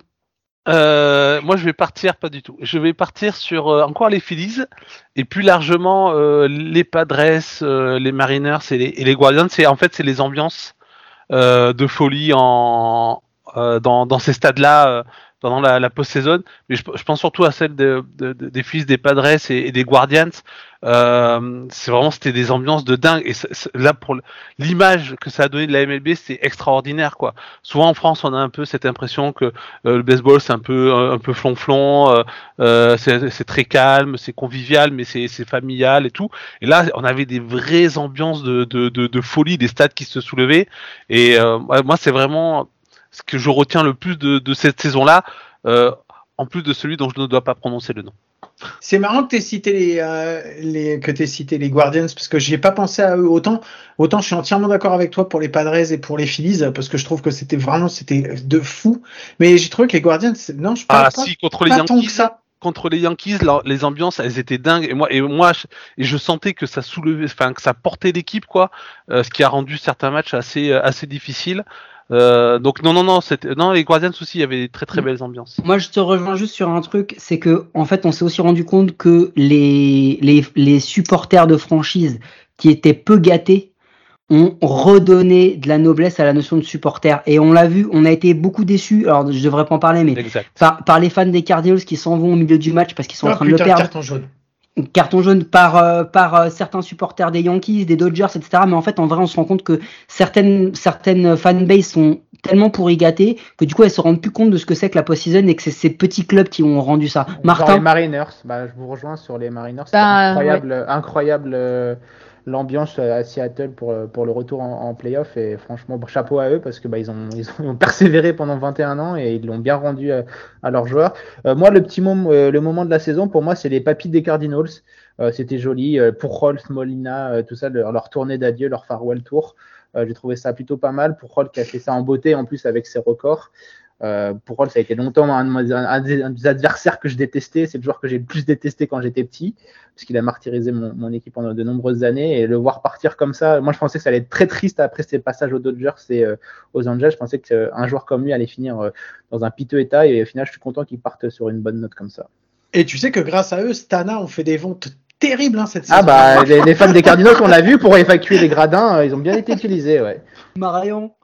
Euh, moi, je vais partir, pas du tout. Je vais partir sur euh, encore les Phillies et plus largement euh, les Padres, euh, les Mariners et les, et les Guardians. C'est en fait c'est les ambiances euh, de folie en euh, dans, dans ces stades-là euh, pendant la, la post-saison. Mais je, je pense surtout à celle de, de, de, des Phillies, des Padres et, et des Guardians. Euh, c'est vraiment c'était des ambiances de dingue et c'est, c'est, là pour l'image que ça a donné de la M L B, c'est extraordinaire quoi. Souvent en France, on a un peu cette impression que euh, le baseball c'est un peu un, un peu flonflon, euh, euh, c'est, c'est très calme, c'est convivial, mais c'est, c'est familial et tout. Et là, on avait des vraies ambiances de, de, de, de folie, des stades qui se soulevaient. Et euh, moi, c'est vraiment ce que je retiens le plus de, de cette saison-là, euh, en plus de celui dont je ne dois pas prononcer le nom. C'est marrant que tu aies cité les, euh, les que t'aies cité les Guardians parce que j'y ai pas pensé à eux autant. Autant je suis entièrement d'accord avec toi pour les Padres et pour les Phillies parce que je trouve que c'était vraiment c'était de fou. Mais j'ai trouvé que les Guardians c'est... non je Ah parle pas, si, contre les pas tant Yankees, que ça. contre les Yankees, la- les ambiances elles étaient dingues et moi et moi je, et je sentais que ça soulevait, enfin que ça portait l'équipe quoi, euh, ce qui a rendu certains matchs assez assez difficiles. Euh, donc non non non c'était non les Guardians aussi il y avait des très très belles ambiances. Moi, je te rejoins juste sur un truc, c'est que en fait, on s'est aussi rendu compte que les, les, les supporters de franchise qui étaient peu gâtés ont redonné de la noblesse à la notion de supporter. Et on l'a vu, on a été beaucoup déçus, alors je devrais pas en parler, mais Exact. par, par les fans des Cardinals qui s'en vont au milieu du match parce qu'ils sont Oh, en train de putain, le perdre. carton jaune. Carton jaune par euh, par euh, certains supporters des Yankees, des Dodgers, et cetera. Mais en fait, en vrai, on se rend compte que certaines certaines fanbases sont tellement pourri gâtées que du coup, elles se rendent plus compte de ce que c'est que la post-season et que c'est ces petits clubs qui ont rendu ça. Genre Martin, les Mariners, bah, je vous rejoins sur les Mariners. C'était Bah, incroyable, incroyable euh, l'ambiance à Seattle pour, pour le retour en, en playoff et franchement chapeau à eux parce que bah, ils, ont, ils ont persévéré pendant vingt et un ans et ils l'ont bien rendu à, à leurs joueurs. Euh, moi, le petit moment, euh, le moment de la saison pour moi, c'est les papis des Cardinals. Euh, c'était joli euh, pour Rolf, Molina, euh, tout ça, leur, leur tournée d'adieu, leur farewell tour. Euh, j'ai trouvé ça plutôt pas mal pour Rolf qui a fait ça en beauté en plus avec ses records. Euh, pour Rolf, ça a été longtemps un, un, un, des, un des adversaires que je détestais. C'est le joueur que j'ai le plus détesté quand j'étais petit, parce qu'il a martyrisé mon, mon équipe pendant de nombreuses années. Et le voir partir comme ça, moi je pensais que ça allait être très triste après ses passages aux Dodgers et euh, aux Angels. Je pensais qu'un joueur comme lui allait finir euh, dans un piteux état. Et au final, je suis content qu'il parte sur une bonne note comme ça. Et tu sais que grâce à eux, Stana ont fait des ventes terribles hein, cette saison. Ah bah les, les fans des Cardinals qu'on a vu pour évacuer les gradins, euh, ils ont bien été utilisés, ouais. Marion.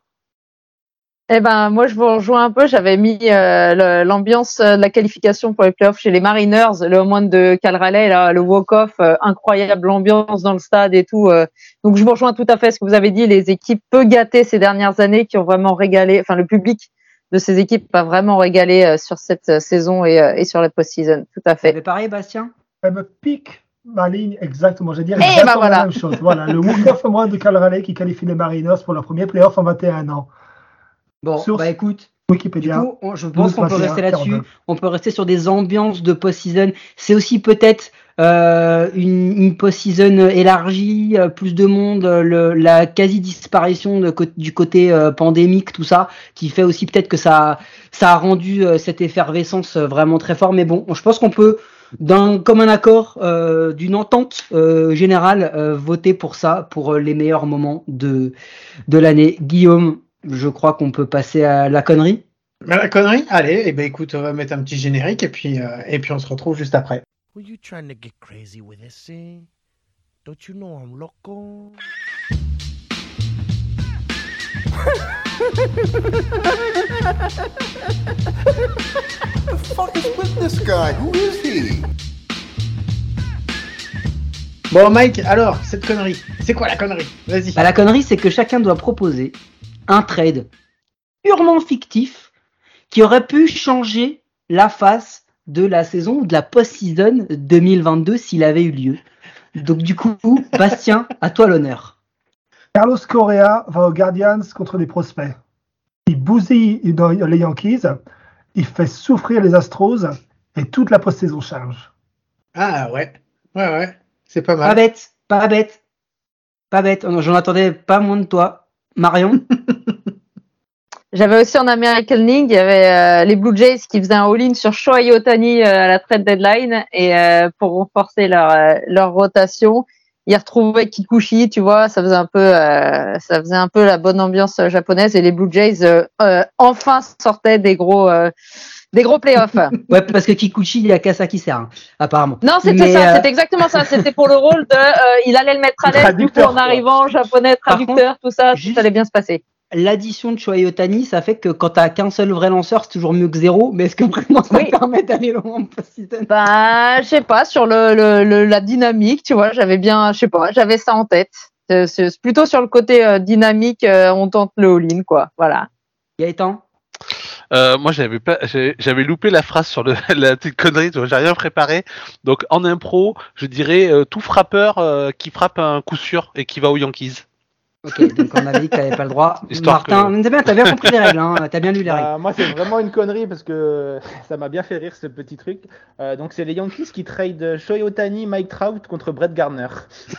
Eh ben, moi, je vous rejoins un peu. J'avais mis euh, le- l'ambiance euh, de la qualification pour les playoffs chez les Mariners, le home run de Cal Raleigh, là, le walk-off, euh, incroyable ambiance dans le stade et tout. euh. Donc, je vous rejoins tout à fait ce que vous avez dit. Les équipes peu gâtées ces dernières années qui ont vraiment régalé, enfin, le public de ces équipes a vraiment régalé euh, sur cette euh, saison et, euh, et sur la post-season. Tout à fait. T'avais pareil, Bastien? Elle me pique ma ligne exactement. J'ai dit ben exactement voilà. la même chose. Voilà, le walk-off home run de Cal Raleigh qui qualifie les Mariners pour leur premier playoff en vingt et un ans. Bon, Sur- bah écoute, Du Wikipédia. coup, on- je pense qu'on peut douze, rester là-dessus. quarante-deux. On peut rester sur des ambiances de post-season. C'est aussi peut-être euh, une, une post-season élargie, euh, plus de monde, euh, le, la quasi-disparition de, co- du côté euh, pandémique, tout ça, qui fait aussi peut-être que ça, ça a rendu euh, cette effervescence euh, vraiment très fort. Mais bon, je pense qu'on peut, d'un comme un accord, euh, d'une entente euh, générale, euh, voter pour ça, pour euh, les meilleurs moments de, de l'année. Guillaume, je crois qu'on peut passer à la connerie. Mais la connerie, allez, et ben écoute, on va mettre un petit générique et puis euh, et puis on se retrouve juste après. Were you trying to get crazy with this thing? Don't you know I'm loco? The fuck is with this guy? Who is he? Bon Mike, alors cette connerie, c'est quoi la connerie? Vas-y. Bah, la connerie, c'est que chacun doit proposer un trade purement fictif qui aurait pu changer la face de la saison ou de la post-season deux mille vingt-deux s'il avait eu lieu. Donc du coup, Bastien, à toi l'honneur. Carlos Correa va aux Guardians contre des prospects. Il bousille dans les Yankees, il fait souffrir les Astros et toute la post-saison charge. Ah ouais, ouais ouais, c'est pas Pas mal. bête, pas bête, pas bête. Oh non, j'en attendais pas moins de toi. Marion. J'avais aussi en American League, il y avait euh, les Blue Jays qui faisaient un all-in sur Shohei Ohtani euh, à la trade deadline et euh, pour renforcer leur euh, leur rotation, ils retrouvaient Kikuchi, tu vois, ça faisait un peu euh, ça faisait un peu la bonne ambiance euh, japonaise et les Blue Jays euh, euh, enfin sortaient des gros euh, des gros playoffs. Ouais, parce que Kikuchi, il y a qu'à ça qui sert, hein, apparemment. Non, c'était Mais, ça, euh, c'était exactement ça. C'était pour le rôle de, euh, il allait le mettre à l'aise, du coup, Traducteur, en quoi. arrivant, japonais, Par traducteur, tout ça, juste- tout allait bien se passer. L'addition de Shohei Ohtani, ça fait que quand t'as qu'un seul vrai lanceur, c'est toujours mieux que zéro. Mais est-ce que vraiment ça Oui. permet d'aller loin en post-season? Bah, je sais pas, sur le, le, le- la dynamique, tu vois, j'avais bien, je sais pas, j'avais ça en tête. C'est, c'est c'est plutôt sur le côté euh, dynamique, euh, on tente le all-in, quoi. Voilà. Gaëtan? Euh, moi, j'avais pas, j'avais, j'avais loupé la phrase sur le, la petite connerie, donc j'ai rien préparé. Donc, en impro, je dirais euh, tout frappeur euh, qui frappe un coup sûr et qui va aux Yankees. Ok, donc on avait dit que t'avais pas le droit. Histoire Martin, que- t'as bien, t'as bien compris les règles, hein. T'as bien lu les règles. Bah, moi, c'est vraiment une connerie parce que ça m'a bien fait rire ce petit truc. Euh, donc, c'est les Yankees qui trade Shohei Ohtani, Mike Trout contre Brett Gardner.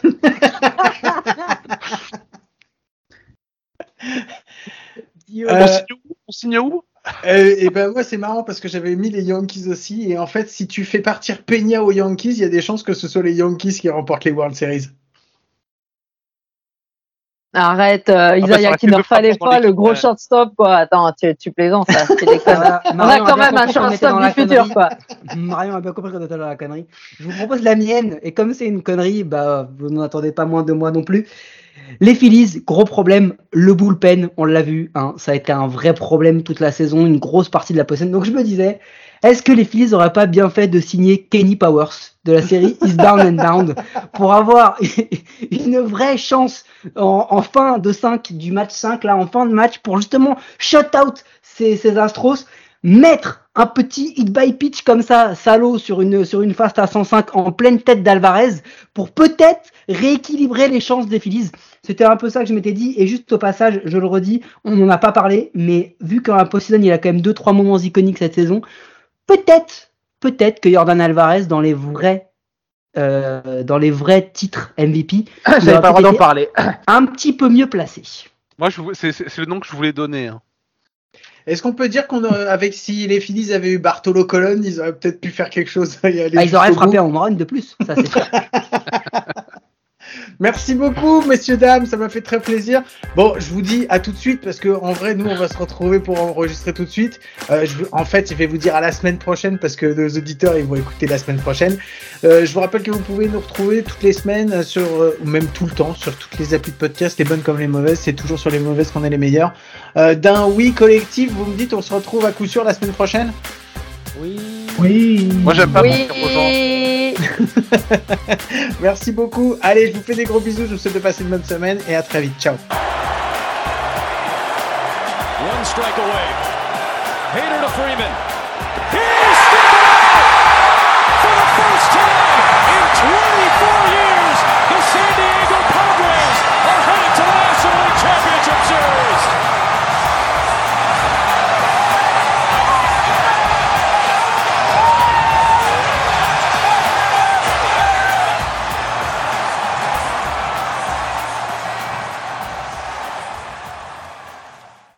Guillaume. Euh, On signe où On signe où Euh, et ben moi c'est marrant parce que j'avais mis les Yankees aussi et en fait si tu fais partir Peña aux Yankees, il y a des chances que ce soit les Yankees qui remportent les World Series. Arrête, euh, bah, ça Isaiah aurait qui fait ne deux fallait frappeurs dans pas le l'équipe, gros ouais. shortstop, quoi. Attends, tu, tu plaisantes, ça. Tu déconnes. Voilà, On a Marion quand bien même un compris qu'on était dans shortstop la du futur, connerie. quoi. Marion a bien compris qu'on était dans la connerie. Je vous propose la mienne, et comme c'est une connerie, bah, vous n'en attendez pas moins de moi non plus. Les Phillies, gros problème, le bullpen, on l'a vu, hein, ça a été un vrai problème toute la saison, une grosse partie de la post-saison. Donc je me disais, est-ce que les Phillies n'auraient pas bien fait de signer Kenny Powers de la série Is Down and Down pour avoir une vraie chance en, en fin de cinq, du match cinq, là, en fin de match, pour justement shut out ces, ces Astros, mettre un petit hit by pitch comme ça, salaud, sur une, sur une fast à cent cinq en pleine tête d'Alvarez pour peut-être rééquilibrer les chances des Phillies. C'était un peu ça que je m'étais dit. Et juste au passage, je le redis, on n'en a pas parlé, mais vu qu'en post-season, il a quand même deux trois moments iconiques cette saison, peut-être, peut-être que Yordan Alvarez, dans les vrais, euh, dans les vrais titres M V P, il J'avais aurait pas le droit peut-être d'en été parler. un petit peu mieux placé. Moi, je, vou- c'est, c'est, c'est le nom que je voulais donner. Hein. Est-ce qu'on peut dire qu'on aurait- avec si les Phillies avaient eu Bartolo Colon, ils auraient peut-être pu faire quelque chose et aller Ah, ils auraient jusqu'au frappé bout. un home run de plus, ça c'est sûr. Merci beaucoup, messieurs, dames, ça m'a fait très plaisir. Bon, je vous dis à tout de suite parce que en vrai, nous, on va se retrouver pour enregistrer tout de suite. Euh, je, en fait, je vais vous dire à la semaine prochaine parce que nos auditeurs, ils vont écouter la semaine prochaine. Euh, je vous rappelle que vous pouvez nous retrouver toutes les semaines sur, euh, ou même tout le temps, sur toutes les applis de podcast, les bonnes comme les mauvaises. C'est toujours sur les mauvaises qu'on est les meilleurs. Euh, d'un oui collectif, vous me dites, on se retrouve à coup sûr la semaine prochaine. Oui. Oui. Moi, j'aime pas Oui. mentir aux gens. Merci beaucoup. Allez, je vous fais des gros bisous. Je vous souhaite de passer une bonne semaine et à très vite. Ciao. One strike away. Hader to Freeman.